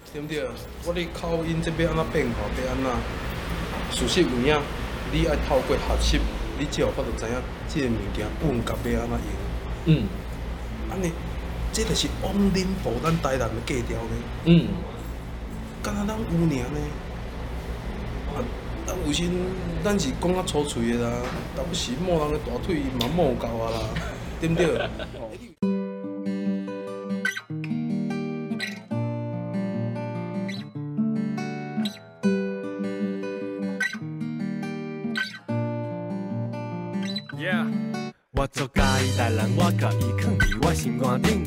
对不对？我咧口音这要安怎变化，要安怎？事实有影，你爱透过学习，你才有法度知影这个物件本格要安怎用。 嗯， 安尼，这就是往恁步咱台南的格调呢。 嗯， 敢若咱有尔呢？啊，咱有时咱是讲较粗嘴的啦，但不是摸人的大腿嘛摸够啊啦，对不对？ 我做家己代人，我甲伊藏伫我心肝顶。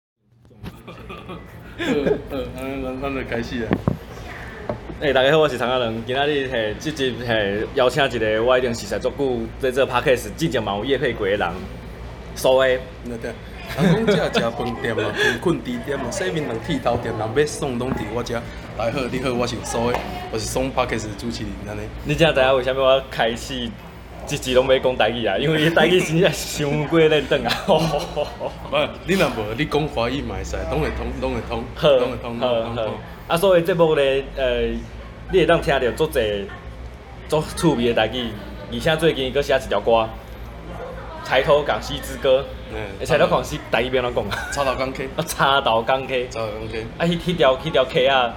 咱就开始啊！ 大家好，我是唐阿伦。今仔日这集邀请一个我一定熟悉足久，在这 podcast 之前嘛有业配过的人，苏的。 对。人讲这食饭店嘛，贫困低点嘛，洗面人剃头店，人要送拢伫我遮。大家好，你好，我是苏的，我是松 podcast 主持人安尼。 你真知影为虾米我开始一集拢要讲台语啊？因为台语真正伤过认真啊！ 不，你若无，你讲华语嘛会使，拢会通，拢会通，拢会通，拢会通。 啊，所以节目咧，你会当听到足侪足趣味的台语，而且最近佫写一条歌《柴头港西之歌》。柴头港西台语要安怎讲啊？ 插头港 K。 啊，插头港 K。 插头港 K。 啊，迄条 K 啊，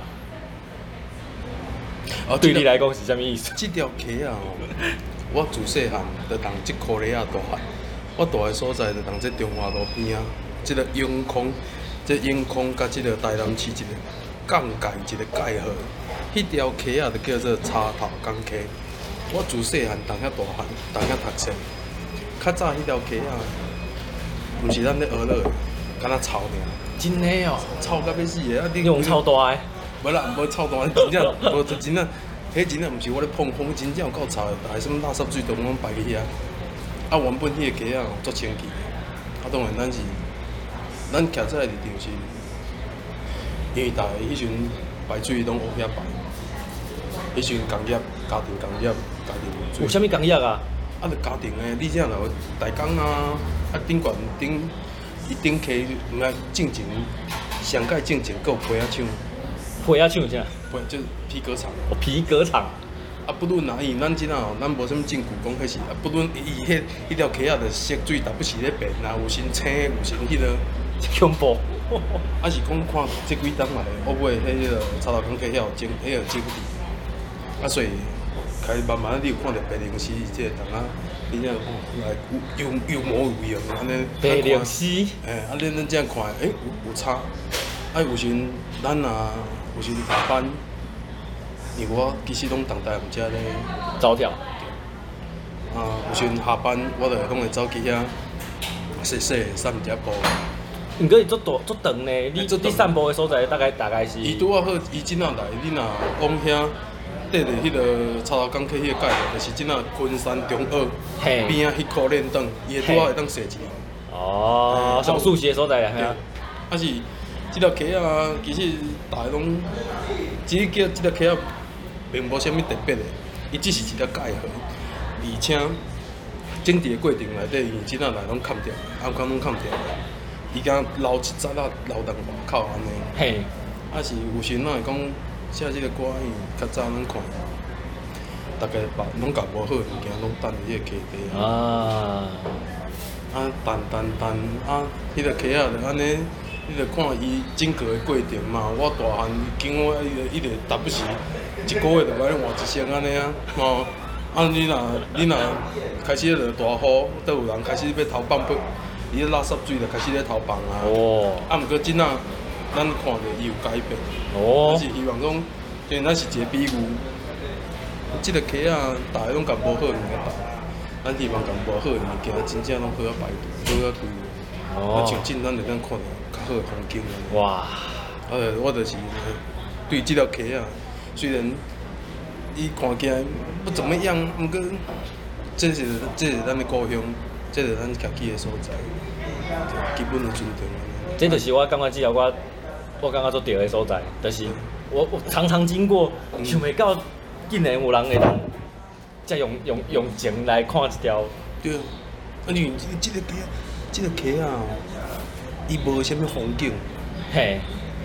对你来讲是啥物意思？ 这条 K 啊，我自细汉就同这科里啊大汉，我住的所在就同这中华路边啊，这个永康，这永康甲这个台南市一个港界一个界号，迄条 K 啊就叫做插头港 K。我自细汉同遐大汉，同遐读册，较早迄条 K 啊，毋是咱咧学乐的，敢若草尔。 真的哦， 草到要死的啊！你用草大的。 无啦，无臭大，真正无真正，迄真正毋是我咧碰碰，真正有够臭的，大什么垃圾水都拢排去遐。啊，原本迄个鸡啊，足清气的。啊，当然咱徛在立场是，因为大家迄阵排水拢学遐排，迄阵工业、家庭工业、家庭有啥物工业啊？ 啊，就家庭的，你啥咯？大工啊，啊顶悬伊顶溪，毋爱进前，上届进前，佫有皮仔厂。 皮仔厂啥？ 就是皮革厂。 哦，皮革厂。 啊，不论哪伊，咱即哦，咱无啥物证据讲迄是，啊，不论伊迄条溪仔着涉水，但不是咧变，若有先青，有先迄个恐怖。 啊是讲看即几冬来，我买迄个插头港溪遐有种，遐有种地，啊所以开慢慢你有看到白灵溪即个东仔，你这来有模有样安尼。 白灵溪。 啊，恁这样看，有差。啊，有时咱有时下班，因为我其实拢同台南遮咧走跳。 啊，有时下班我就拢会走去遐洗散一下步。 毋过伊足长呢，你散步的所在大概是？ 伊拄啊好，伊真仔来，你若往遐缀着迄个插头港溪迄个界面，就是真仔昆山中澳边啊迄块练凳，伊会拄啊会当踅一下。 哦，上熟悉的所在啦，吓。 啊是。即条溪啊，其实大家拢，只叫即条溪啊，并无啥物特别的，伊只是一条界号，而且整治的过程内底，伊真仔来拢砍掉，暗坑拢砍掉，伊敢留一截啊，留当外口安尼。 嘿。 啊是有时咱会讲写即个歌，因为较早咱看，大家拢甲无好的物件拢等伫迄个溪底。啊。啊，等啊，迄条溪啊就安尼。你着看伊整个的过程嘛，我大汉经过伊着达不是一个月就甲你换一身安尼啊，吼！啊你若开始着大雨，倒有人开始要偷放不，伊个垃圾水着开始咧偷放啊。哦。啊，毋过真仔，咱看着伊有改变。哦。咱是希望讲，因为咱是一个比喻，即个溪啊，大家拢甲无好的物件摆，咱希望甲无好的物件真正拢好啊摆好啊规划。哦。啊，像真咱着咱看着。较好的风景哇！我就是对这条溪啊，虽然伊看起来不怎么样，毋过这是咱的故乡，这是咱徛起的所在，基本的尊重。 这就是我感觉这条歌，我感觉做对的所在，就是我常常经过，想袂到竟然有人会当，才用情来看一条。 对啊，因为这个溪啊。伊无啥物风景， 嘿，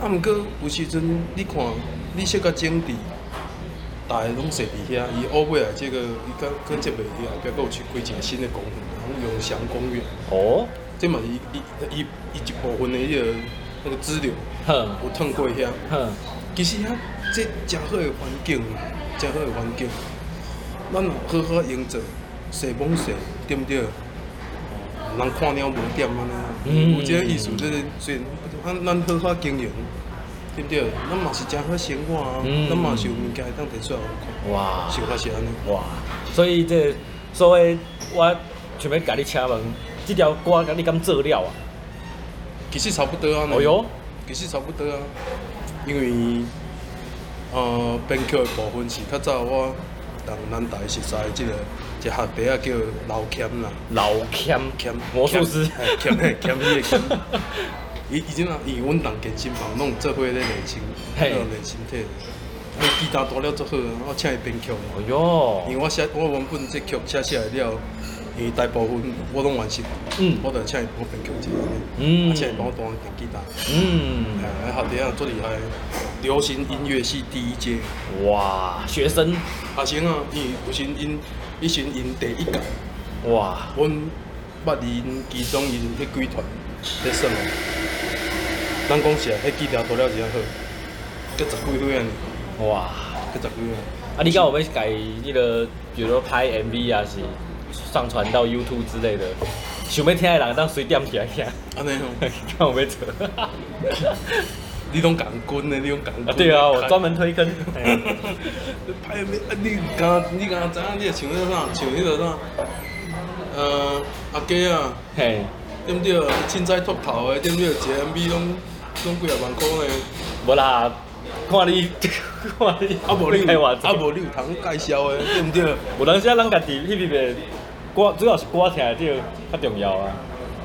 啊，毋过有时阵你看，你小甲整治，大个拢踅伫遐。伊后尾啊，这个伊甲这边伊后壁佫有去开一个新的公园，永祥公园。 哦， 这嘛是伊一部分的那个支流，有通过遐。其实遐这真好的环境，真好的环境，咱好好营造，踅猛踅，对不对？人看了无点安尼，有这个意思，就是虽然咱好好经营。对不对？咱嘛是真好生活啊，咱嘛是有物件当摕出来看。哇，想法是安尼。 哇，所以这所以我想要甲你请问，这条歌你敢做了啊？ 其实差不多啊。 哦哟， 其实差不多啊，因为编曲的部分是较早我同咱大熟悉的这个一学弟啊叫老谦啦。 老谦，魔术师。 谦伊的谦。伊即啊，伊阮同健身房拢做伙咧练身，练身体。伊吉他弹了足好，我请伊编曲。 哦哟！ 因为我原本这曲写下来了，因为大部分我拢完成，我就请伊帮我编曲一下，请伊帮我弹电吉他。学弟啊，足厉害，流行音乐系第一届。 哇，学生。 学生啊，伊以前因第一届。 哇！ 阮捌因其中因迄几团咧耍哦。咱讲实，迄吉他弹了真好，佮10几岁啊！ 哇， 佮10几岁。 啊，你敢有要改迄个，比如说拍 MV 啊，是上传到 YouTube 之类的，想要听的人当随点起来听。 安尼哦， 敢有要做？ 你拢共滚的，你拢共滚。 对啊，我专门推坑。 拍 MV，你敢知影？你会唱迄个啥？唱迄个啥？阿基啊。嘿。对不对？凊彩秃头的，对不对？一个 MV 拢几啊万块呢。 无啦，看你，啊无你有通介绍的，对不对？ 有当时咱家己迄个歌，主要是歌听得着较重要啊。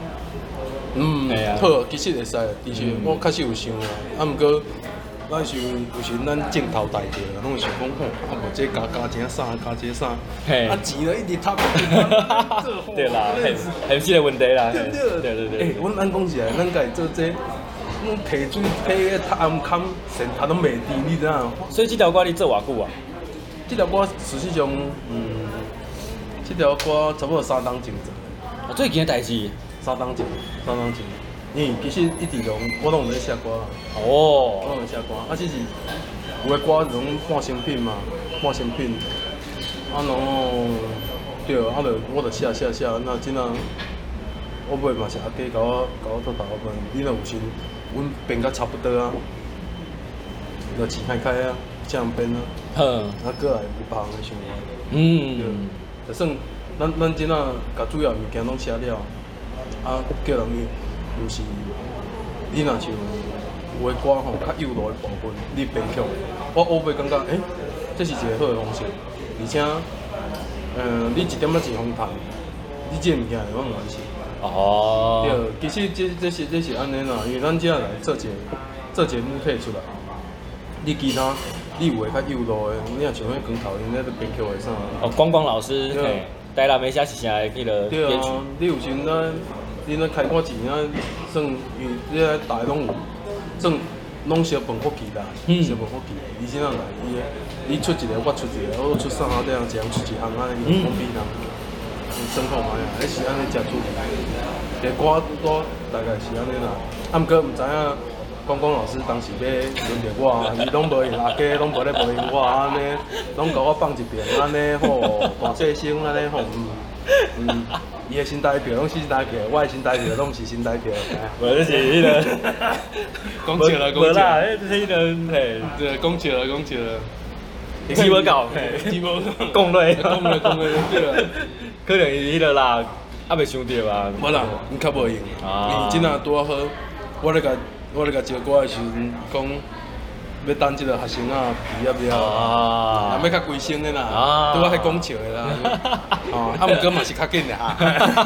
好，其实会使，的确，我确实有想啊，毋过。咱想有时咱镜头大着，拢会想讲吼，啊无这加这啥，加这啥，啊钱就一直贪。 对啦，很是个问题啦。 对。阮咱讲起来，咱家做这，阮提水提个暗坎，线头拢袂低，你知影？ 所以这条歌你做偌久啊？ 这条歌事实上，这条歌差不多3档前做。 最近的代志 ？3档前。其实一直我拢有咧写歌啦。 哦。 我拢有写歌，啊，只是有的歌是拢半成品嘛，半成品。啊，然后对，啊，我就写，那真啊，我尾嘛是阿弟甲我做头份，你若有心，阮编甲差不多啊，就钱开啊，这样编啊。啊，过来有别项的想法。对，就算咱真啊，甲主要物件拢写了，啊，叫人伊。就是你若像有的歌吼较幼弱的部分，你编曲，我后尾感觉这是一个好的方式，而且你一点仔钱通赚，你这物件会往完成。哦。对，其实这是安尼啦，因为咱只来做节目配出来，你其他你有的较幼弱的，你若像迄光头因咧编曲的啥？ 哦，光老师，嘿，台南的写是啥的迄个编曲？ 对啊，你有时咱。你那开歌钱啊，算因为你咧大拢有，算拢小分福气啦，小分福气。而且人来，你出一个，我出一个，我出三项，这样一人出一项，安尼方便人。生活嘛呀，迄是安尼食主。个歌都大概是安尼啦。啊，毋过毋知影，光老师当时要轮着我，伊拢无用阿家，拢无咧无用我安尼，拢甲我放一边安尼吼，大细声安尼吼，伊的新台票拢是新台票，我的新台票拢毋是新台票。 无，这是迄个。 讲笑啦， 无啦，迄个嘿， 对，讲笑啦， 起无够， 起无讲落， 对啦。 可能是迄个啦，还袂想到啊。 无啦，伊较无用，因为真啊拄啊好，我咧甲招歌的时阵讲。要等即个学生啊毕业了，啊，要较规身的啦，拄啊迄讲笑的啦，啊，毋过嘛是较紧的哈。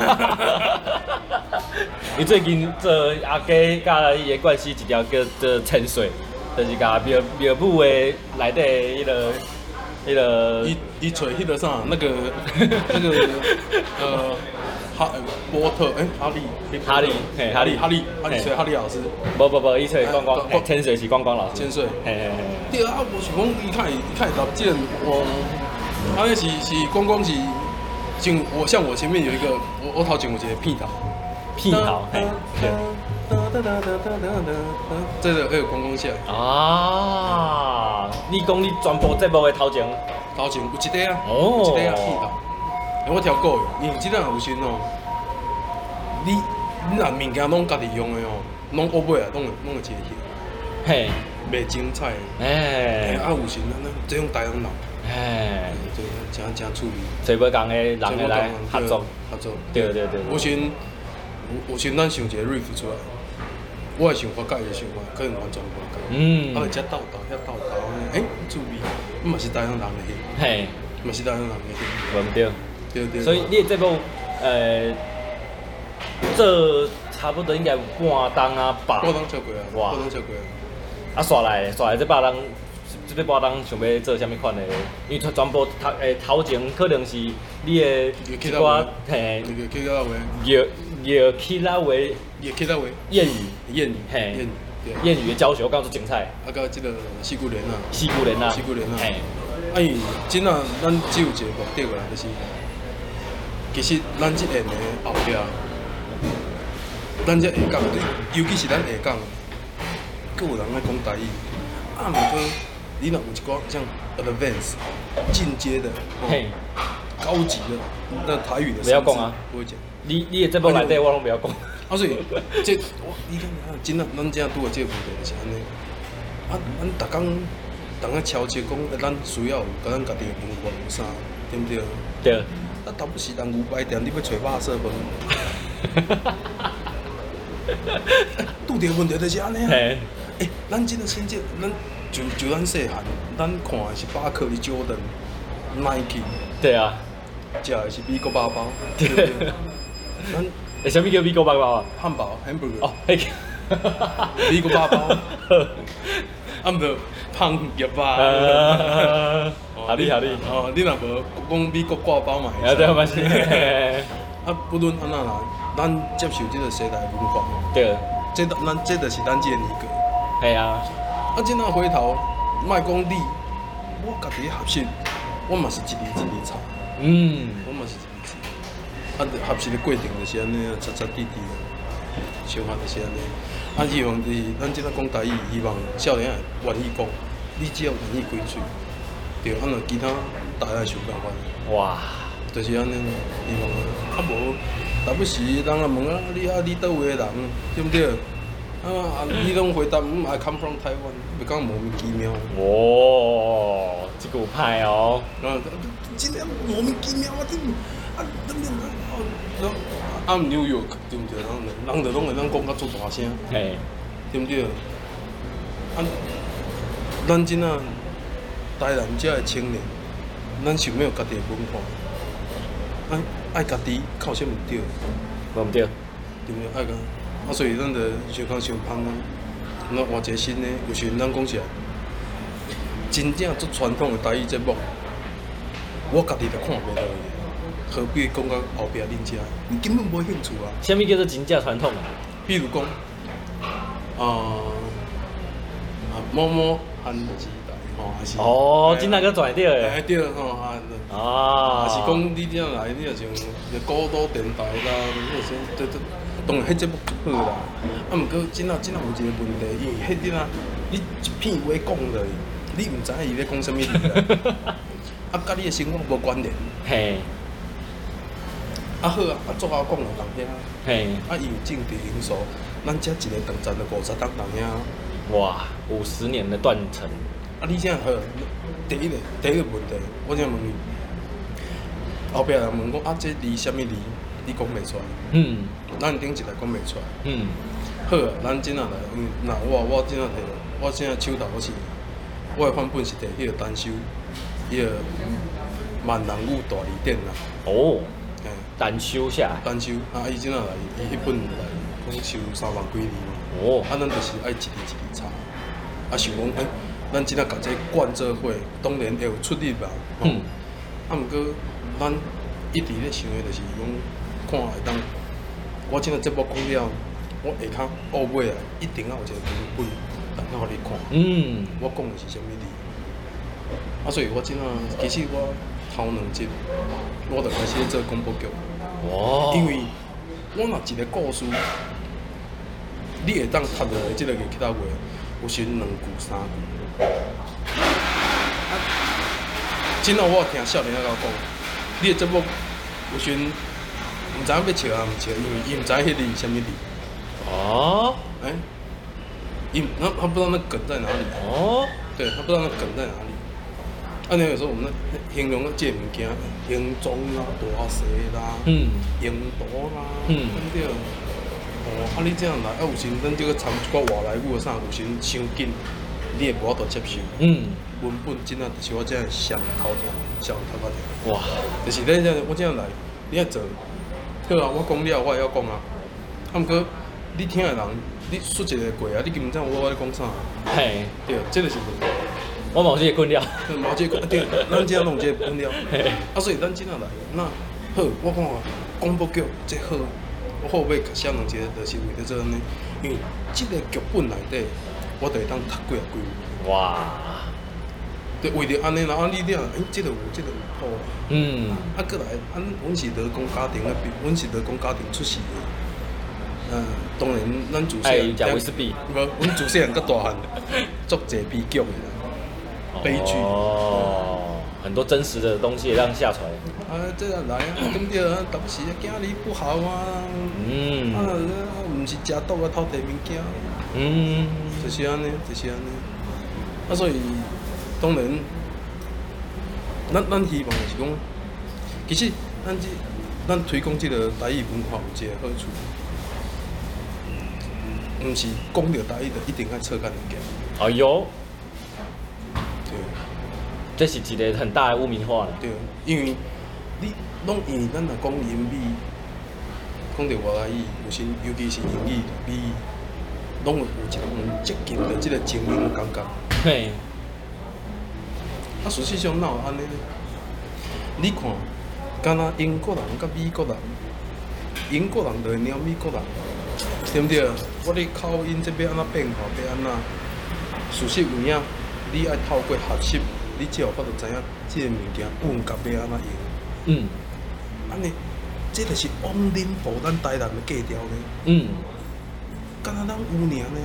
伊最近做阿家甲伊的关系一条叫做潜水，就是甲庙母的内底迄个。 伊找迄个啥那个波特，哈利， 嘿，哈利， 吹哈利老师。 无，伊吹光光，千岁是光光老师。 千岁， 嘿。 对啊，我想讲，伊看到这个我，那是光光是，像我前面有一个，我头前有一个片头，嘿。这个还有光光下。 啊，你讲你全部节目的头前有一块啊，有一块啊片头。我挑过的，因为即个有时哦，你若物件拢家己用的哦，拢乌尾啊，拢会一个翕， 嘿， 袂精彩。有时这种台湾人，真趣味。 找要共的人来合作，对。 有时咱想一个 riff 出来，我的想法甲伊的想法可能完全无共。啊，遮斗，趣味，嘛是台湾人的翕， 嘿， 嘛是台湾人的翕， 无对。 对。 所以你的节目，做差不多应该有半档啊吧。 半档超过啊，半档超过啊。 啊，刷来这半档，这半档想要做啥物款的？因为全部头前可能是你的一寡嘿，摇起来为谚语，嘿，谚语的教学，我感觉精彩。 啊，甲即个四姑莲啊， 嘿。 啊，因为真啊，咱只有一个目的啦，就是。其实咱即个的后壁，咱这下港，尤其是咱下港，佫有人爱讲台语。啊，毋过你若有一寡像 advance 进阶的，高级的那台语的， 不要讲啊， 不会讲。 你的节目内底我拢不要讲。 啊，所以这你看，真啊，咱这拄到这个问题就是安尼。啊，咱逐工当个悄悄讲，咱需要有甲咱家己的文化有啥，对不对？ 对。 啊，倒不是人牛排店，你要找肉色饭。拄着问题就是安尼啊。咱即个现在，咱就咱细汉，咱看的是巴克利、Jordan、Nike。 对啊。 食的是美国包包。 对。咱啥物叫美国包包啊？ 汉堡 （hamburger）。 哦，迄个。美国包包。啊，毋着胖入吧。合理。哦，你若无讲美国挂包嘛？ 对，嘛是。 啊，不论安怎啦，咱接受即个时代文化。 对。 这就是咱即个年格。 系啊。 啊，即仔回头，莫讲你，我家己合适，我嘛是一字查。我嘛是一字。啊，合适的过程就是安尼啊，擦滴滴。想法就是安尼。啊，希望就是咱即仔讲台语，希望少年仔愿意讲，你只要愿意开嘴。对，啊，其他大家想办法。 哇， 就是安尼，希望啊无，时不时人啊问啊，你倒位的人，对不对？啊，你拢回答I come from Taiwan， 就讲莫名其妙。 哦，这个有歹哦。 真正莫名其妙啊！啊，New York 对不对？人就拢会咱讲甲足大声， 嘿， 对不对？啊，咱真啊。台南遮的青年，咱想要有家己的文化，爱家己靠啥毋对？ 无毋对， 对不对？爱个，啊，所以咱着想讲想芳啊，那换一个新的，有时咱讲起来，真正足传统的台语节目，我家己着看袂到伊，何必讲到后壁恁遮？你根本无兴趣啊！ 啥物叫做真正传统啊？ 比如讲，某某汉字。 哦，真那个转对诶，对吼啊，是讲你这样来，你就像古都电台啦，迄种，当然迄节目好啦。啊，毋过真有一个问题，因为迄阵啊，你一片话讲落，你毋知影伊咧讲啥物。啊，甲你的生活无关联。 嘿。 啊好啊，足好讲的人遐。 嘿。 啊，因为政治因素，咱遮一个长站了50档人遐。 哇，50年的断层。 啊！你现在好，第一个问题，我想问你，后壁人问讲啊，这字啥物字，你讲袂出来。咱顶一来讲袂出来。好啊，咱真仔来，那我真仔摕，我真仔手头是，我的范本是摕迄个单修，迄个闽南语大字典啦。 哦。单修下。 单修啊！伊真仔来，伊迄本来讲收3万几字嘛。 哦。 啊，咱就是爱一字查。啊，想讲咱真仔甲这灌做伙，当然会有出力吧。啊，毋过咱一直咧想的就是讲看会当，我即个节目讲了，我下骹后尾啊，一定要有一个文本，等互你看。我讲的是啥物字？啊，所以我即仔其实我头2集，我就开始做广播剧。因为我若一个故事，你会当读落来即个月起头月，有时2句3句。真后我听少年仔甲我讲，你的节目有时毋知影要笑啊，毋笑，因为伊毋知影迄字是啥物字。他不知道那梗在哪里。对，他不知道那梗在哪里。那有时候我们形容这物件，形状啦、大细啦、用途啦，对不对？你这样来，有时咱这个参一寡外来语啥，有时伤紧，你也无法度接受。文本真正就是我这样上头条，上头条。哇！就是你这我这样来，你要做，好啊！我讲了，我也要讲啊。毋过你听的人，你说一个过啊，你根本知我咧讲啥。嘿，对，这就是问题。 我冇这个困扰， 冇这个对，咱只弄这个困扰。所以咱真正来，那好，我讲啊，广播剧这好，我后尾写两节，就是为了做安尼，因为这个剧本内底，我就会当读几啊几。哇！对，为着安尼啦，你了，这个有好。过来，阮是劳工家庭的，阮是劳工家庭出世的。当然，咱自细讲威士忌， 无，阮自细汉到大汉，做者悲剧的。悲剧很多真实的东西让下传。 这样来啊，对不对啊？当时囝儿不好啊，毋是食毒啊，偷摕物件。就是安尼，就是安尼。所以当然，咱希望是讲，其实咱推广这个台语文化有一个好处，毋是讲到台语就一定爱错干物件。 哎呦。这是一个很大的污名化了。 对，因为你拢因为咱若讲英语，讲到外来语，尤其是英语、美语，拢有一种接近的这个精英的感觉。嘿。事实上哪有安尼呢？你看，敢若英国人甲美国人，英国人就会鸟美国人，对不对？我的口音这要安怎变化，要安怎？事实有影，你爱透过学习。你才有法度知影，即个物件本甲要安怎用。安尼，这就是往恁步咱台南的格调呢。敢若咱有尔呢？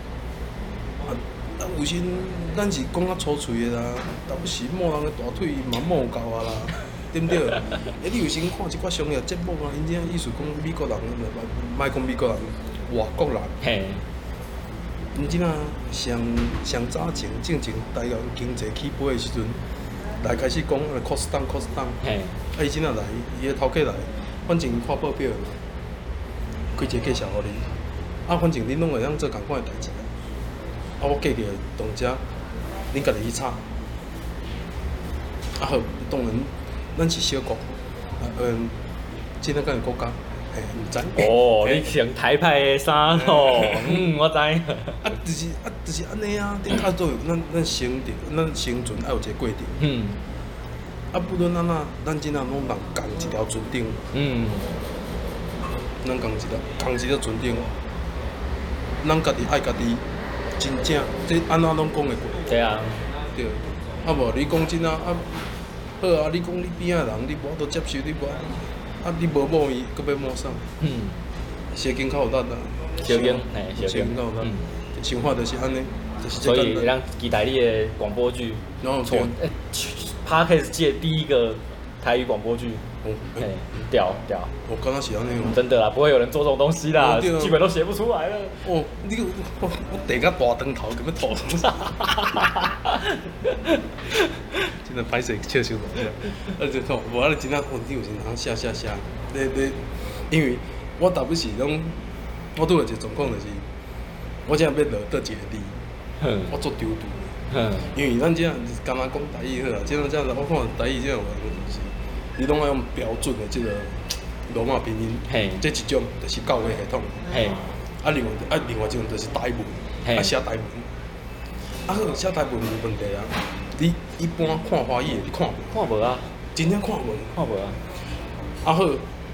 有时咱是讲较粗脆的啦，但不是某人的大腿嘛摸够啊啦，对不对？你有时看一寡商业节目啊，因这意思讲美国人，莫讲美国人，外国人。因即仔上早前正台湾经济起飞的时阵，来开始讲cost down。伊即仔来，伊个头家来，反正看报表嘛，开一个介绍互你。反正恁拢会当做共款的代志啊。我计个动遮，恁家己去炒。好，当然，咱是小国，即个敢是国家。唔知你穿台派的衫吼，我知。 就是安尼啊，都有咱生存要有一个过程。不论安怎，咱真仔拢人共一条船顶。咱共一条船顶，咱家己爱家己，真正这安怎拢讲会过。 对啊。 对。无你讲真仔好啊！你讲你边仔人，你无法度接受，你无。你无某伊，搁要摸啥？小囡较有力啊！ 小囡， 小囡较有力。想法就是安尼，就是所以让期待你的广播剧， 然后 Podcast 界第一个台语广播剧，屌！ 我刚刚是安尼哦。 真的啦，不会有人做这种东西啦，剧本都写不出来了。 我第个大灯头咁样拖出来。真的歹势笑伤大只，无啊！你真正你有时通写，因为我特别是拢，我拄着一个状况就是，我真要落倒一个字，我做丢度。因为咱这样干那讲台语好啊，这样我看台语这样有就是，你拢要用标准的这个罗马拼音，这一种就是教育系统。另外一种就是台文，写台文。好，写台文有问题啊！你一般看华语的，你看无？ 看无啊， 真正看无。 看无啊。 好，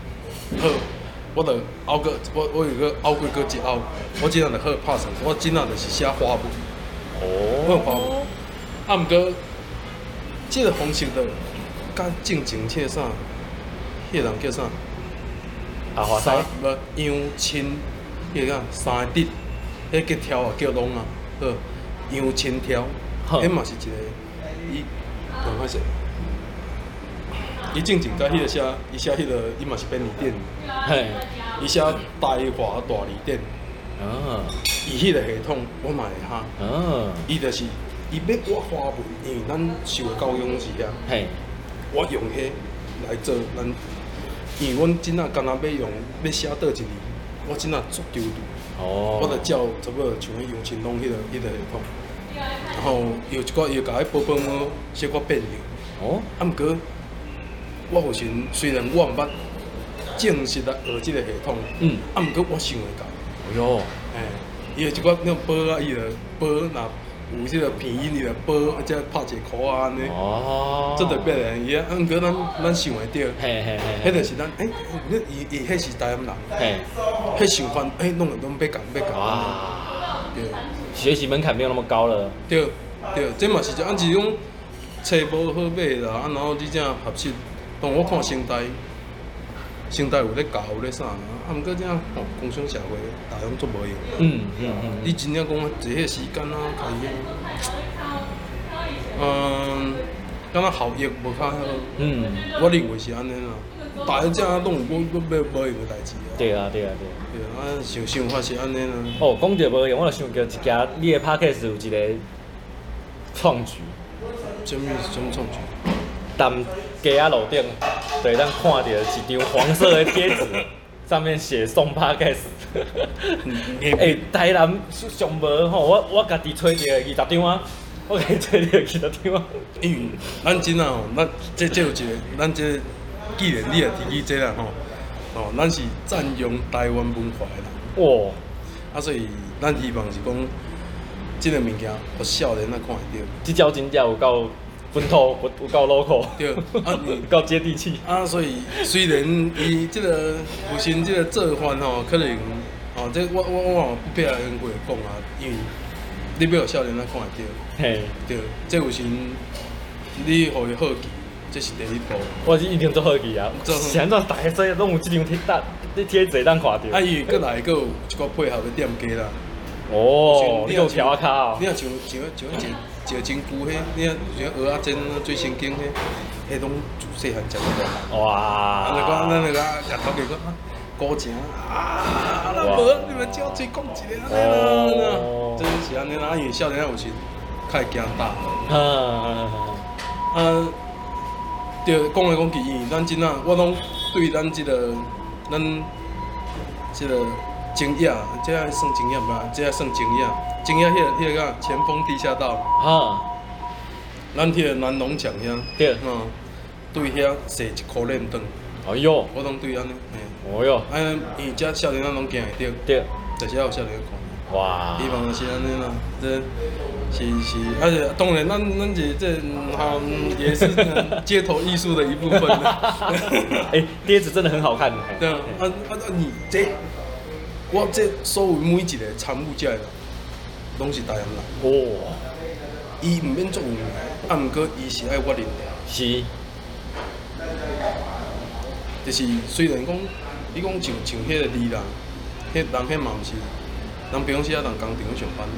好，我就拗个，我有个拗过一拗，我今仔就好拍算，我今仔就是写花文。我有花文。啊，毋过，即个方式就甲正经迄个啥，迄个人叫啥？ 阿华西。 无杨青，迄个三个滴，迄个条啊叫拢啊，好，杨青条，迄嘛是一个，伊，唔好势。伊正经甲迄个写，伊写迄个，伊嘛是便利店。 嘿。 伊写大华大利店。 啊。 伊迄个系统我嘛会哈。 啊。 伊就是伊要我花文，因为咱受的教育是遐。嘿。我用迄来做咱，因为阮真仔干若要用要写倒一字，我真仔足丢丢。哦。我着照差不多像迄杨青龙迄个系统，然后有一寡伊甲迄宝宝母小可变形。哦。啊，毋过。我有时虽然我毋捌正式来学即个系统，啊，毋过我想会到。哎哟，伊有一寡那种报啊，伊就报若有即个片音，伊就报，才拍一个箍啊安尼。哦，这特别的，伊啊，毋过咱想会到。嘿嘿嘿，迄就是咱伊迄是台南人。嘿，迄想法拢要讲。哇，对， 学习门槛没有那么高了。 对，这嘛是按是讲册无好买啦，啊，然后你正合适。当我看生态有咧教有咧啥，啊，毋过这样工商社会大家做无用。你真正讲坐迄时间啊，开敢若效益无较好。我认为是安尼啦。大家这拢有无用的代志啊。 对啊。 想法是安尼啦。 哦，讲到无用，我就想到一家你的 podcast 有一个创举。 什么创举？ 但街仔路顶，就会咱看到一张黄色的贴纸，上面写送 podcast。台南上无吼，我家己找着20张啊，我家己找着20张啊。 因为咱真啊吼，咱这有一个，咱这既然你也提起这啦吼，咱是赞扬台湾文化的人。哇！啊，所以咱希望是讲，这个物件，互少年仔看会到。 这招真正有够。本土有够 local， 对，够接地气。 啊，所以虽然伊这个有时这个做法吼，可能这我不必来跟各位讲啊，因为你要有少年仔看会到。嘿，对，这有时你互伊好奇，这是第一步。 我是一定做好奇啊，现在大家说拢有这张贴纸当看到。 啊，伊过来佫有一个配合的店家啦。 哦，你有条卡哦。 你若像石真久迄，你啊像蚵仔煎最先经迄拢自细汉食的。哇！咱那个夹头家讲古城啊，咱无你们叫嘴讲一个安尼啦，真是安尼啦，因为少年仔有时较会惊大。对，讲来讲去，因为咱真啊，我拢对咱这个景雅，这算景雅吧？这算景雅。景雅迄个前锋地下道。哈。咱迄个南农场遐。对。对遐踅一箍链灯。哎哟。我拢对安尼。哦哟。因为遮少年仔拢行会着。对。就是要有少年看。哇。希望是安尼啦，这是，而且当然咱这也是街头艺术的一部分。 哎，碟子真的很好看。 对啊，你这。我这所有每一个参与者的，拢是台南人。哦，伊毋免做有名，啊，毋过伊是爱我认的。是。就是虽然讲，你讲像迄个李人，迄人嘛毋是，人平常时啊，人工厂上班。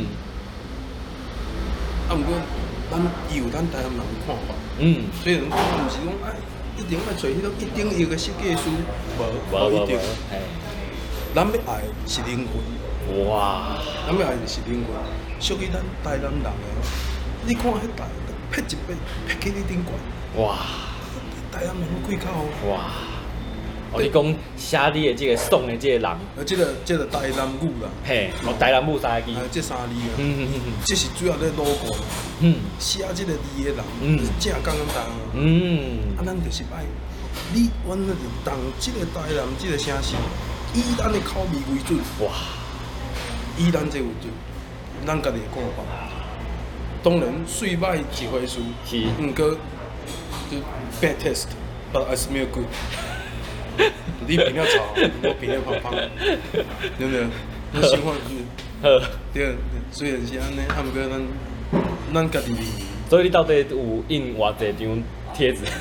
啊，毋过咱有咱台南人的看法。虽然讲毋是讲一定爱找迄种一定有个设计师，无一定。咱要爱是灵魂，哇！咱要爱是灵魂，属于咱台南人的。你看迄台，劈一笔，劈起你顶悬。哇！台南人几口？哇！ 哦，你讲写你的这个送的这个人， 这个台南语啦。 嘿，台南语三个字。 这三字啊。这是主要咧 logo。写这个字的人，正港台南。啊，咱就是爱你，阮那就当这个台南这个城市。以咱的口味为准，哇！以咱这为准，咱家己的看法。当然，水歹一回事，毋过就 bad taste，but I smell good。 你鼻了臭，我鼻了胖胖，对不对？我想法对，虽然是安尼，啊，毋过咱家己。 所以你到底有印偌济张贴纸？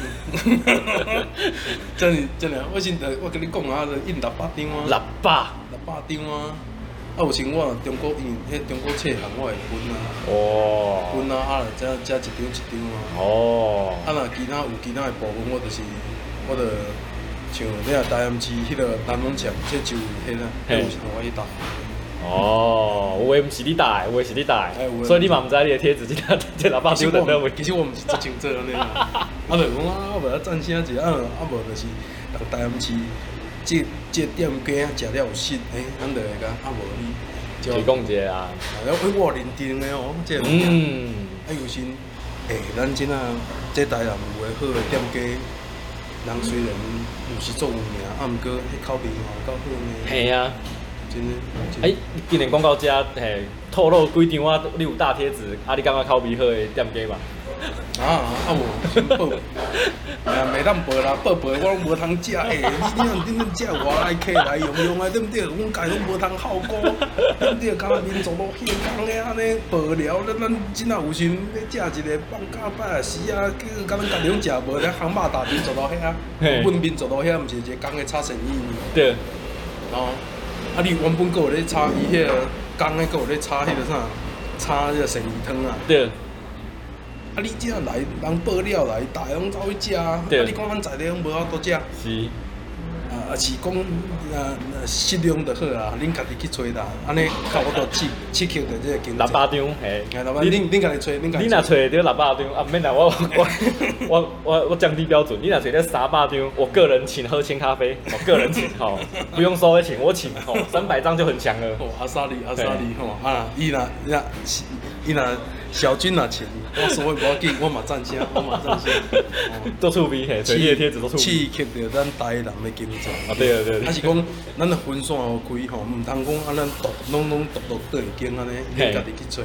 真的，我跟你讲啊，印600张啊。600张啊！啊，有时我中国印，迄中国册行我会分啊。哦。分啊，啊，再一张啊。哦。啊，若其他的部分，我就像你啊，台南市迄个南龙墙，这就迄啦，有时我去打。哦， 有诶，毋是你打诶，有诶是你打诶，所以你嘛毋知你诶贴纸这600张在倒位。 其实我毋是足清楚安尼啦。啊，就讲啊，我无要赞声者，啊无就是人台南市这店家食了有信，咱就会甲啊无你提供一下啊。 我认定诶哦，这物件。啊有时，咱即啊，这台南有诶好诶店家，人虽然毋是做有名，啊毋过迄口味嘛有够好呢。 系啊。 真的。 今年讲到这，透露几张啊？你有大贴纸，啊，你感觉口味好的店家嘛？ 无，先报，袂当报啦，报我拢无通食你食偌爱客来用啊，对毋对？阮家拢无通效果，对毋对？敢若民族路现讲咧安尼报了，咱真啊有时要食一个放假摆时啊，叫甲咱家己食无咧，烘肉大民族路遐，阮民族路遐毋是一个工的炒生意对。 哦。啊！你原本阁有咧炒伊迄个工诶，阁有咧炒迄个啥？炒迄个鳝鱼汤啊。对。啊！你只来人报了来，大家拢走去食。对。啊！你讲咱在地拢无法度食。是。是讲适量就好啦，恁家己去找啦，安尼差不多刺激着这个经济。600 张，嘿。 恁家己找， 你若找着600张，啊，免啦，我降低标准。你若找着300张，我个人请喝千咖啡，我个人请吼，不用收钱，我请吼，300张就很强了。 哦，阿萨利吼，啊，伊若小军若请，我所谓无要紧，我嘛赞声。 做趣味嘿，吹你的贴纸做趣味。 刺激着咱台南的经济。 啊，对。啊是讲，咱的分散互开吼，毋通讲啊，咱拢独对经安尼，你家己去做。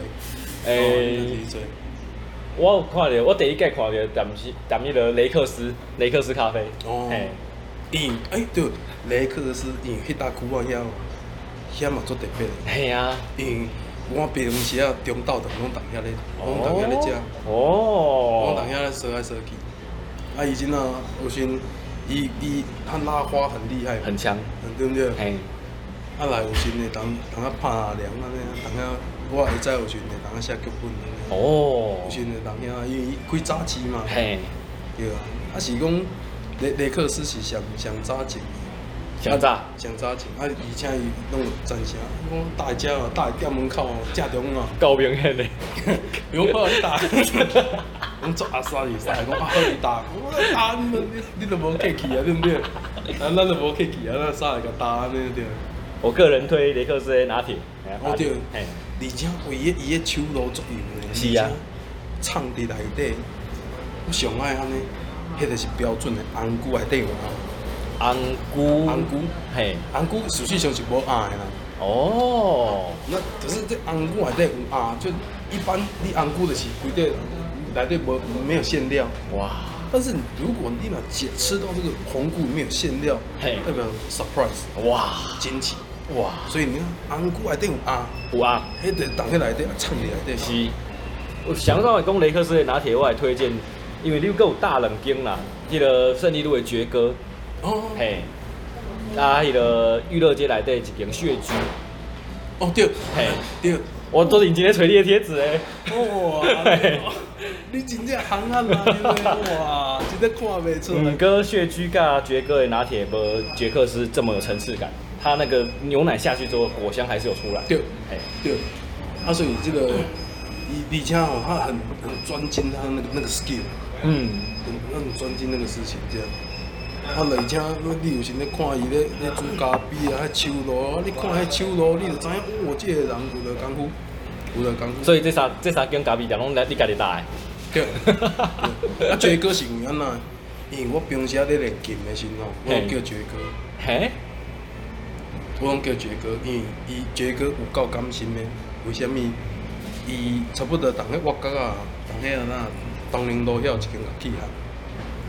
我有看到，我第一届看到店迄个雷克斯咖啡。哦。 对，雷克斯，因为迄搭区啊遐嘛做特别。 系啊。 因我平时啊中昼就拢当遐咧，食。哦。拢当遐咧踅来踅去。啊，伊真啊，有时伊他拉花很厉害。 很强。 对不对？嘿。啊来有时呢，当啊拍凉安尼，当啊我会知有时呢，当啊写剧本安尼。哦。有时呢，当遐因为伊开早市嘛。嘿。对啊，啊是讲雷克斯是上早前。上早前，而且伊拢有赞声，讲大家哦，大店门口哦，正中哦， 够明显的， 不用怕你打，拢做阿三是啥？讲啊，好你打，我打你都无客气啊，对不对？咱都无客气啊，咱啥来甲打安尼对。 我个人推雷克斯的拿铁。 哦对，而且伊的手路足用的， 是啊， 藏伫内底，我上爱安尼，迄个是标准的红菇内底有红菇， 嘿，红菇实际上是无红的啦。哦，那可是这红菇内底有红，就一般你红菇就是规底内底没有馅料。哇！但是如果你若吃到这个红菇里面有馅料，嘿，代表 surprise， 哇，惊奇，哇！所以你看红菇内底有红， 有红， 迄个放喺内底，藏伫内底。 是，我想到讲雷克斯的拿铁，我还推荐，因为你有够大冷间啦，迄个胜利路的爵哥。哦，嘿，啊，迄个娱乐街内底一间血居。 哦对，嘿对， 我都认真咧找你的贴纸诶。 哇，你真正行啊啦，哇，真正看袂出来。 哥血居甲爵哥的拿铁无杰克斯这么有层次感，它那个牛奶下去之后，果香还是有出来。 对，嘿对，啊，所以这个，而且哦，他很专精他那个 skill， 很专精那个事情这样。啊，而且你有时咧看伊咧煮咖啡啊，迄手路啊，你看迄手路，你就知影，哦，这个人有了功夫，有了功夫。 所以这三间咖啡店拢你家己打的。 对。啊，爵哥是因为安那？因为我平时咧练琴的时候，我叫爵哥。嘿。我拢叫爵哥，因为伊爵哥有够甘心的。为什么？伊差不多同迄挖角啊，同迄啊那东宁路遐有一间乐器行。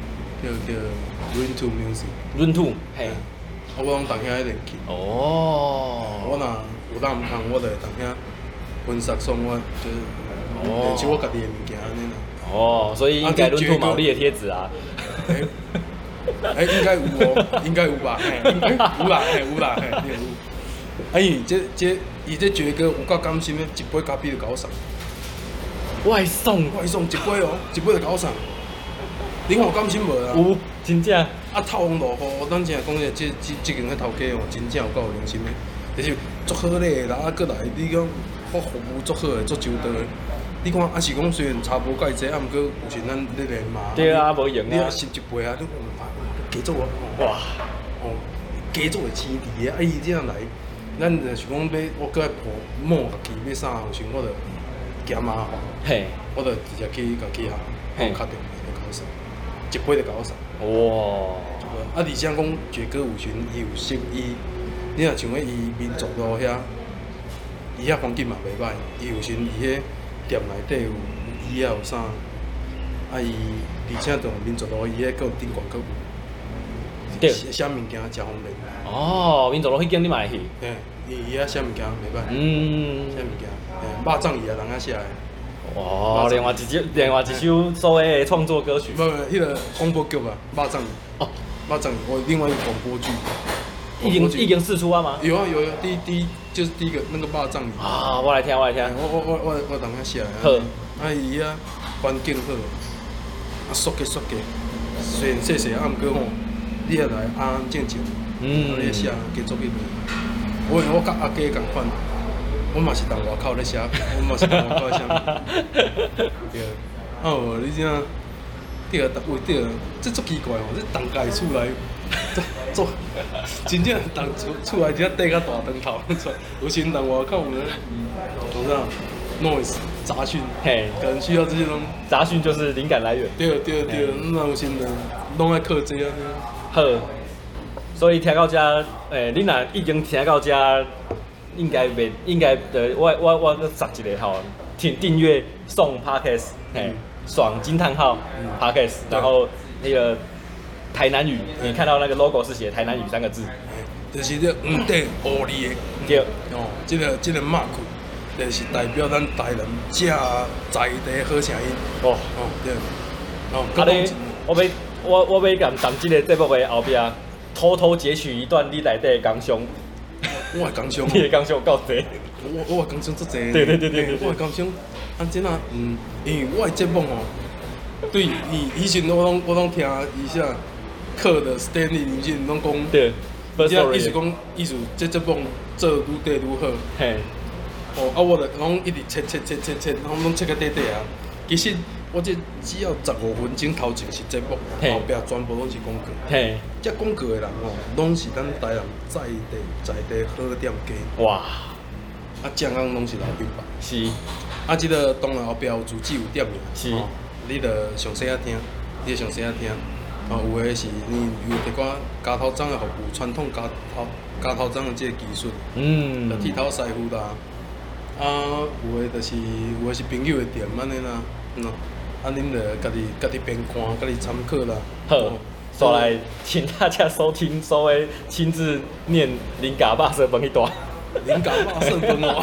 叫 Run to Music。 Run to， 嘿。 我拢当遐练琴。 哦。 我若有当毋通，我就会当遐分析送我，就是练出我家己的物件安尼啦。 哦，所以应该 Run to 毛利的贴纸啊。 应该有哦，应该有吧？有啦，有啦，有。伊这绝歌有够甘心的，一杯咖啡就搞送。 外送一杯哦，一杯就搞送。恁有甘心无啊？ 有，真正。 啊，透风落雨，咱真讲这间迄头家哦，真正有够有良心的，就是足好咧啦，啊，过来你讲服务足好的，足周到的。你看，啊是讲虽然差无介济，啊，毋过有时咱咧练嘛。 对啊，无用啊。 你啊吸一杯啊，你加做啊。哇！哦，加做会青甜的，啊伊这样来，咱就是讲要我搁来摸家己要啥，有时我就嫌麻烦。嘿。我就直接去家己敲电话就搞啥，一杯就搞啥。哇！啊，而且讲绝歌有时伊有适伊，你若像迄伊民族路遐，伊遐风景嘛袂歹，伊有时伊迄店内底有椅啊有啥，啊伊而且从民族路伊迄个顶悬阁有。对。写物件真方便。哦， 民族路迄间你嘛会去？ 嘿，伊遐写物件袂歹。写物件，肉粽伊也人遐写的。 哇，另外一首所谓的创作歌曲。 不，迄个广播剧啊，肉粽。哦，肉粽，我另外一个广播剧。 已经释出啊吗？ 有啊，就是第一个那个肉粽。 啊，我来听。我等下写。好。啊，伊啊环境好，啊缩计，虽然细啊，毋过吼，你下来安安静静，你写继续去。我甲阿家共款。我嘛是当外口咧写，我嘛是当外口咧写。对，哦，你怎啊？对啊，对啊，这足奇怪哦，这当家厝内做，真正当厝内只缀较大灯头，有时当外口咧，有啥 noise 杂讯，嘿，可能需要这些东西。 杂讯就是灵感来源。 对，那有时呢，拢爱靠这啊。 好，所以听到这，你若已经听到这。应该的，我插一个吼，订阅送 Podcast， 嘿，爽惊叹号 Podcast， 然后那个台南语，你看到那个 logo 是写台南语3个字， 就是这黄底乌里的， 对， 哦，这个 mark， 就是代表咱台南这在地好声音，哦，对， 哦，啊咧，我要讲这个节目的后边，偷偷截取一段你内底的感想。 我的感想， 你的感想够济。 我的感想足济。 对。 我的感想，真啊，因为我的节目哦，对，以前我拢听伊啥课的 Stanley 以前拢讲， 对， 意思讲意思这节目做愈地愈好。嘿。哦，啊，我就拢一直切，拢切个底啊。其实我这只要15分钟头前是节目，后壁全部拢是广告。嘿。这广告的人哦，拢是咱台南在地好店家。哇！啊，正港拢是老品牌。是。啊，这个当然后壁有自己有店面。是。你着详细啊听，哦，有诶是有一寡加头章的服务，传统加头章的这个技术。就剃头师傅啦。啊，有诶是朋友的店安尼啦，啊，恁着家己边看，家己参考啦。 好。所来，请大家收听所谓亲自念林家肉色饭迄段。 林家肉色饭哦，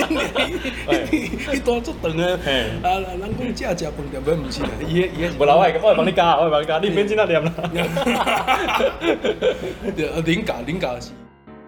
迄段足长的。啊，咱讲食饭店，要毋是啦，伊迄。 无啦，我会帮你加，你免真啊念啦。 对，林家是。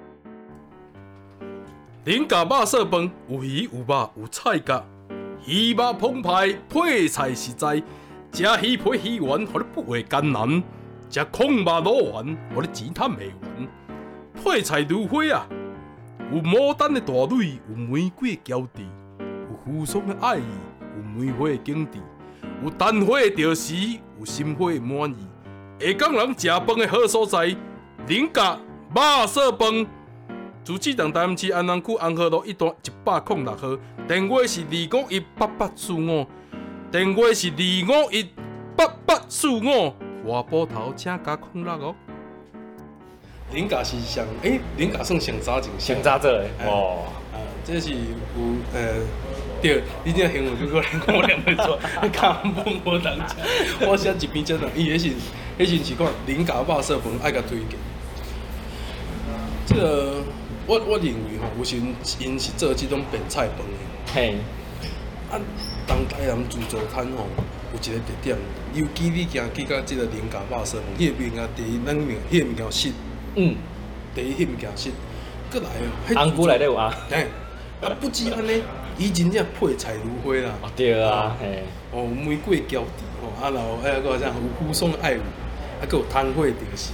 林家肉色饭有鱼有肉有菜甲，鱼肉澎湃，配菜实在，食鱼配鱼丸，互你不会艰难。食空肉卤丸，互你钱赚袂完。配菜如花啊，有牡丹的大蕊，有玫瑰的娇滴，有扶桑的爱意，有梅花的景致，有丹花的调时，有心花的满意。下港人食饭的好所在，林家肉色饭。自治党台南市安南区安和路1段106号，电话是2518845，电话是2518845。外埔头请加06哦。林家是林家算上早前。 上早做的哦。 这是有对，你这形容就可能我念袂出，你看本无人食，我写一篇真人，伊迄时是讲零咖肉色饭爱甲推荐。这个我认为吼，有时因是做即种便菜饭的。 嘿。 啊，东台南自助餐吼，有一个特点，尤其你行去到即个零咖肉色饭，迄个物件第一，咱迄个物件实。第一，迄物件实。过来哦， 红菇内底有啊。 嘿。啊，不止安尼，伊真正配菜如花啦。 对啊，嘿。 哦，玫瑰胶地吼，啊，然后还有个啥有附送爱乳，啊，佮有汤火定时。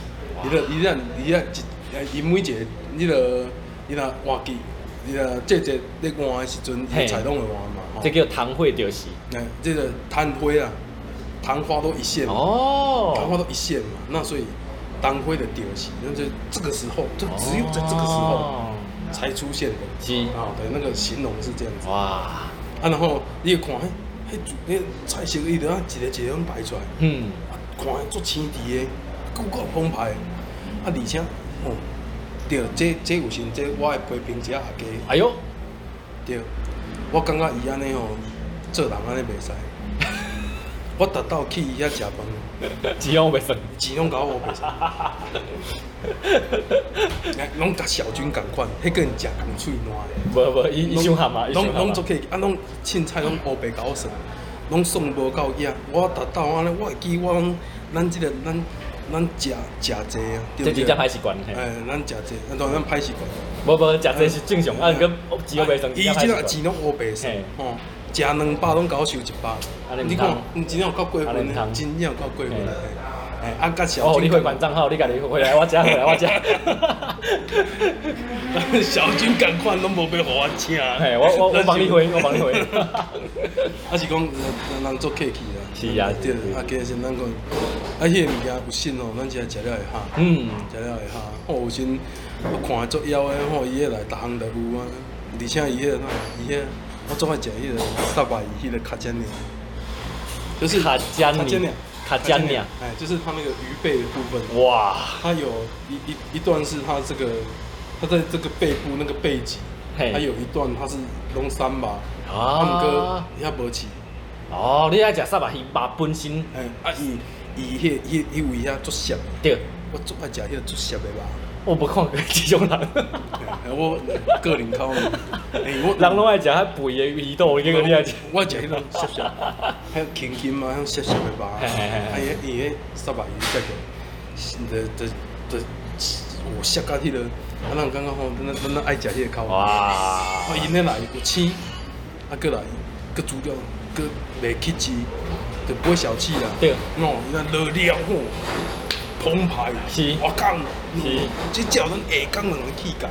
伊每一个，你若换季，你若季节咧换的时阵，伊菜拢会换嘛。 这叫汤火定时。 这个汤花啊，汤花都一线嘛。汤花都一线嘛，那所以汤花的定时，那就这个时候，就只有在这个时候。才出现的，对，那个形容是这样子。哇！啊，然后你看，迄菜色伊就啊一个一个拢摆出来，看足青甜的，够澎湃。啊，而且，对，这有时这我的批评者也加。 哎呦， 对，我感觉伊安尼吼，做人安尼袂使。我逐道去伊遐食饭， 钱拢袂算， 钱拢甲我袂算。拢甲小军共款，迄个人食共喙烂无，伊伤咸啊， 拢做客，啊，拢凊彩拢乌白甲我算，拢送无够野。我逐道安尼，我会记我咱即个咱食济啊， 这真正歹习惯。 咱食济，当然歹习惯。 无，食济是正常，啊，佮钱拢袂算。 伊即个钱拢乌白算，吼。食200拢甲我收100，你看，真正有够过分的，真正有够过分的。啊，甲小军。 你汇款账号，你家己回来，我食， 小军共款拢无要互我请。 嘿，我帮你汇。 啊是讲人做客气啦。 是啊。 对，啊，加上咱讲，啊，迄个物件有心哦，咱食了会哈。食了会哈。吼，有时我看足枵的吼，伊迄内逐项都有啊，而且伊迄。我最爱食迄个萨巴伊迄个卡煎鸟，就是卡煎鸟， 就是它那个鱼背的部分。哇！它有一段是它它在这个背部那个背脊，还有一段它是拢3把，啊，毋过遐无饲。 哦，你爱食萨巴鱼肉本身？ 伊迄位遐足涩。 对。 我最爱食迄个足涩的肉。 我无看过这种人。 我个人口味， 人拢爱食遐肥的鱼肚，结果你爱食。 我食迄种涩涩，遐轻轻嘛，遐涩涩的肉。伊迄萨巴鱼这个，我涩到迄个，啊，人感觉吼，咱爱食迄个口味。哇！啊，因咧内有青，啊，过来，搁煮了，搁袂起汁，就不会小气啦。对。哦，伊那热料吼。澎湃，是，我讲，是，这叫咱下港人的气概。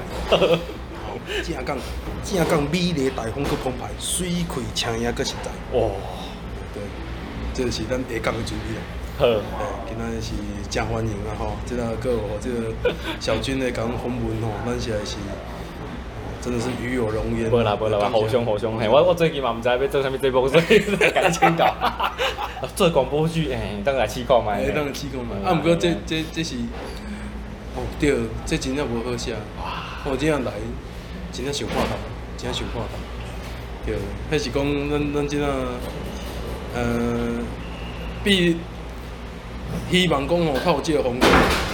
正港美丽大方搁澎湃，水开青呀搁实在。哇，对，这是咱下港的主意啊。好，今仔是真欢迎啊吼，这个搁有这个小军的讲访问吼，咱实在是。真的是与有荣焉。无啦， 互相嘿，我最近嘛毋知要做啥物节目，所以甲你请教。做广播剧，当来试看卖。 当来试看卖。啊，毋过这是，哦对，这真正无好写。哇！我真正来，真正想看头，真正想看头。对，迄是讲咱真正，希望讲吼较有这个风格。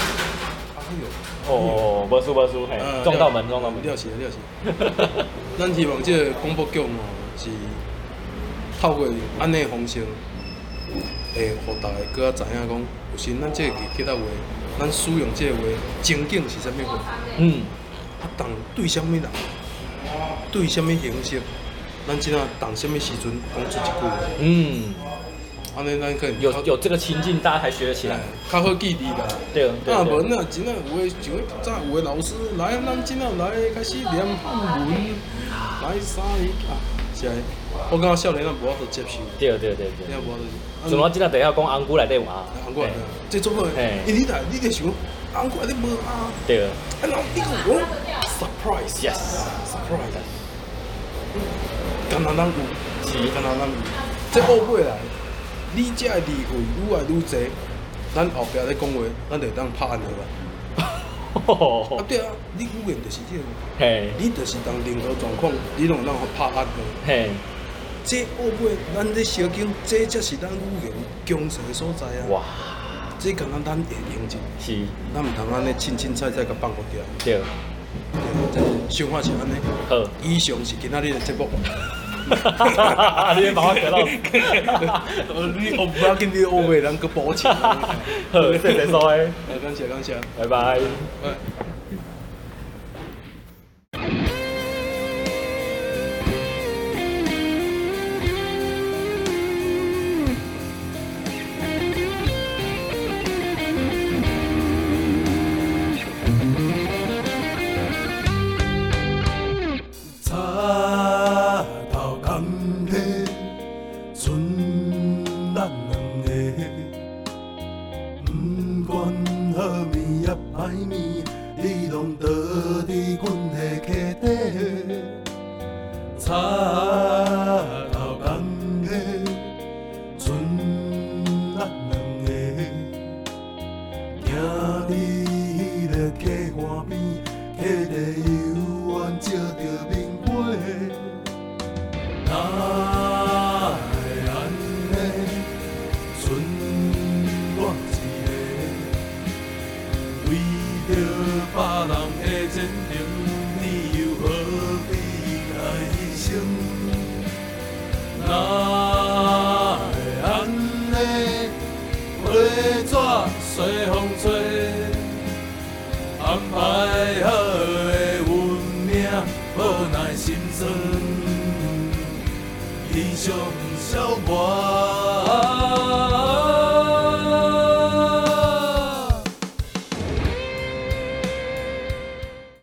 哦，无输，嘿，撞到门。 了是。咱希望这个广播剧吼是透过安尼方式，会互大家搁较知影讲，有时咱这个其他话，咱使用这个话，情景是啥物话？啊，当对啥物人，对啥物形式，咱真正当啥物时阵讲出一句话。安尼咱可能有这个情境，大家才学得起来， 较好记忆啦。对。啊，无那真正有诶，像早有诶老师来，咱真正来开始念汉文，来啥啊？是啊，我感觉少年人无法度接受。 对。真正无法度。像我真正第一讲红菇内底有啊。 红菇内底，这做好。因你来，你就想红菇内底无啊。 对。 啊，然后你讲surprise。Yes。surprise。敢若咱有，是敢若咱有，这后尾来。你这个理会愈来愈侪，咱后壁咧讲话，咱就当拍案了。啊对啊，你语言就是这个。嘿。你就是当任何状况，你拢当拍案的。嘿。 这后尾咱这小景，这才是咱语言强势的所在啊！ 哇， 这敢若咱会用尽， 是， 咱毋通安尼凊凊彩彩甲放互掉。 对， 这想法是安尼。 好， 以上是今仔日的节目。 你别把我扯到。 你学不要紧，你学袂人去补钱。 好，谢谢各位。 感谢感谢， 拜拜。 插头讲的，剩咱两个，行伫迄个溪岸边，溪底游玩照着明月，哪会安尼？剩我一个，为着别人的前程，你又何必爱生？哪会安尼？花纸随风吹，安排好的运命，无奈心酸，悲伤消磨。